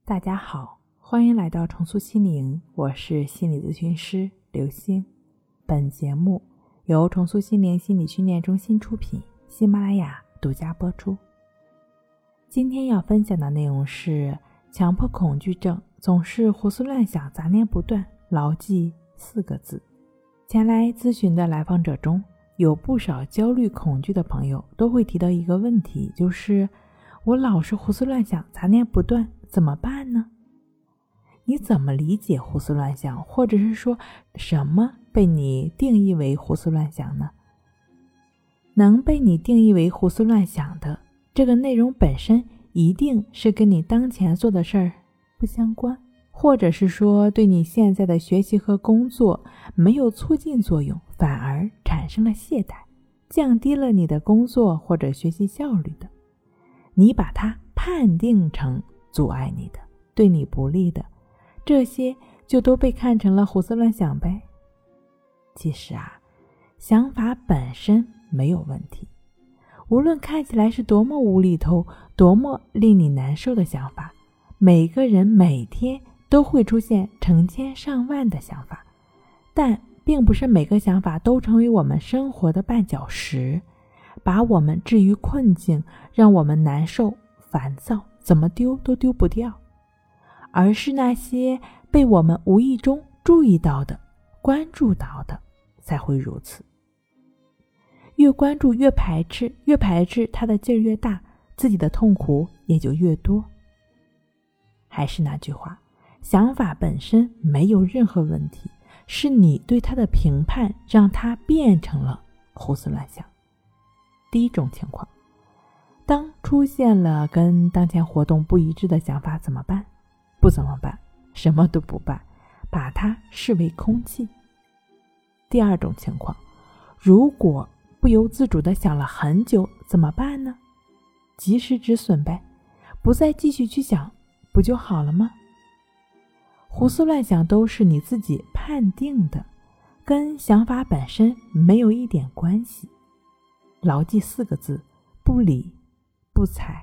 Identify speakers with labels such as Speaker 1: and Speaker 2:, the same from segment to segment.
Speaker 1: 大家好，欢迎来到重塑心灵，我是心理咨询师刘星。本节目由重塑心灵心理训练中心出品，喜马拉雅独家播出。今天要分享的内容是强迫恐惧症总是胡思乱想，杂念不断，牢记4个字。前来咨询的来访者中，有不少焦虑恐惧的朋友都会提到一个问题，就是我老是胡思乱想，杂念不断，怎么办呢？你怎么理解胡思乱想，或者是说什么被你定义为胡思乱想呢？能被你定义为胡思乱想的这个内容本身一定是跟你当前做的事儿不相关，或者是说对你现在的学习和工作没有促进作用，反而产生了懈怠，降低了你的工作或者学习效率的。你把它判定成阻碍你的，对你不利的，这些就都被看成了胡思乱想呗。其实想法本身没有问题，无论看起来是多么无厘头，多么令你难受的想法，每个人每天都会出现成千上万的想法，但并不是每个想法都成为我们生活的绊脚石，把我们置于困境，让我们难受烦躁，怎么丢都丢不掉，而是那些被我们无意中注意到的关注到的才会如此。越关注越排斥，越排斥它的劲儿越大，自己的痛苦也就越多。还是那句话，想法本身没有任何问题，是你对它的评判让它变成了胡思乱想。第一种情况，当出现了跟当前活动不一致的想法怎么办？不怎么办，什么都不办，把它视为空气。第二种情况，如果不由自主地想了很久怎么办呢？及时止损呗，不再继续去想，不就好了吗？胡思乱想都是你自己判定的，跟想法本身没有一点关系。牢记4个字，不理不睬。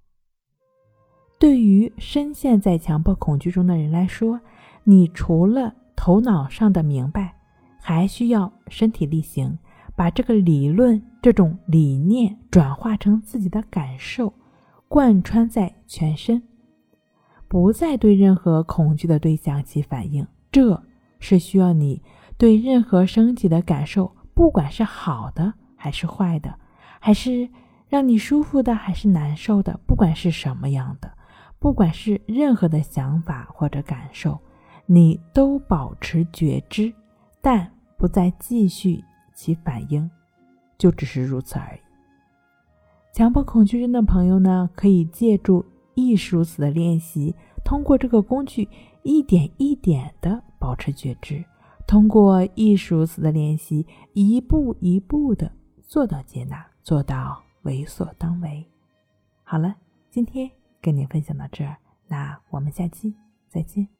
Speaker 1: 对于深陷在强迫恐惧中的人来说，你除了头脑上的明白，还需要身体力行，把这个理论这种理念转化成自己的感受，贯穿在全身，不再对任何恐惧的对象起反应。这是需要你对任何升起的感受，不管是好的还是坏的，还是让你舒服的还是难受的，不管是什么样的，不管是任何的想法或者感受，你都保持觉知，但不再继续起反应，就只是如此而已。强迫恐惧症的朋友呢，可以借助亦是如此的练习，通过这个工具一点一点的保持觉知，通过亦是如此的练习，一步一步的做到接纳，做到为所当为。好了，今天跟您分享到这儿，那我们下期再见。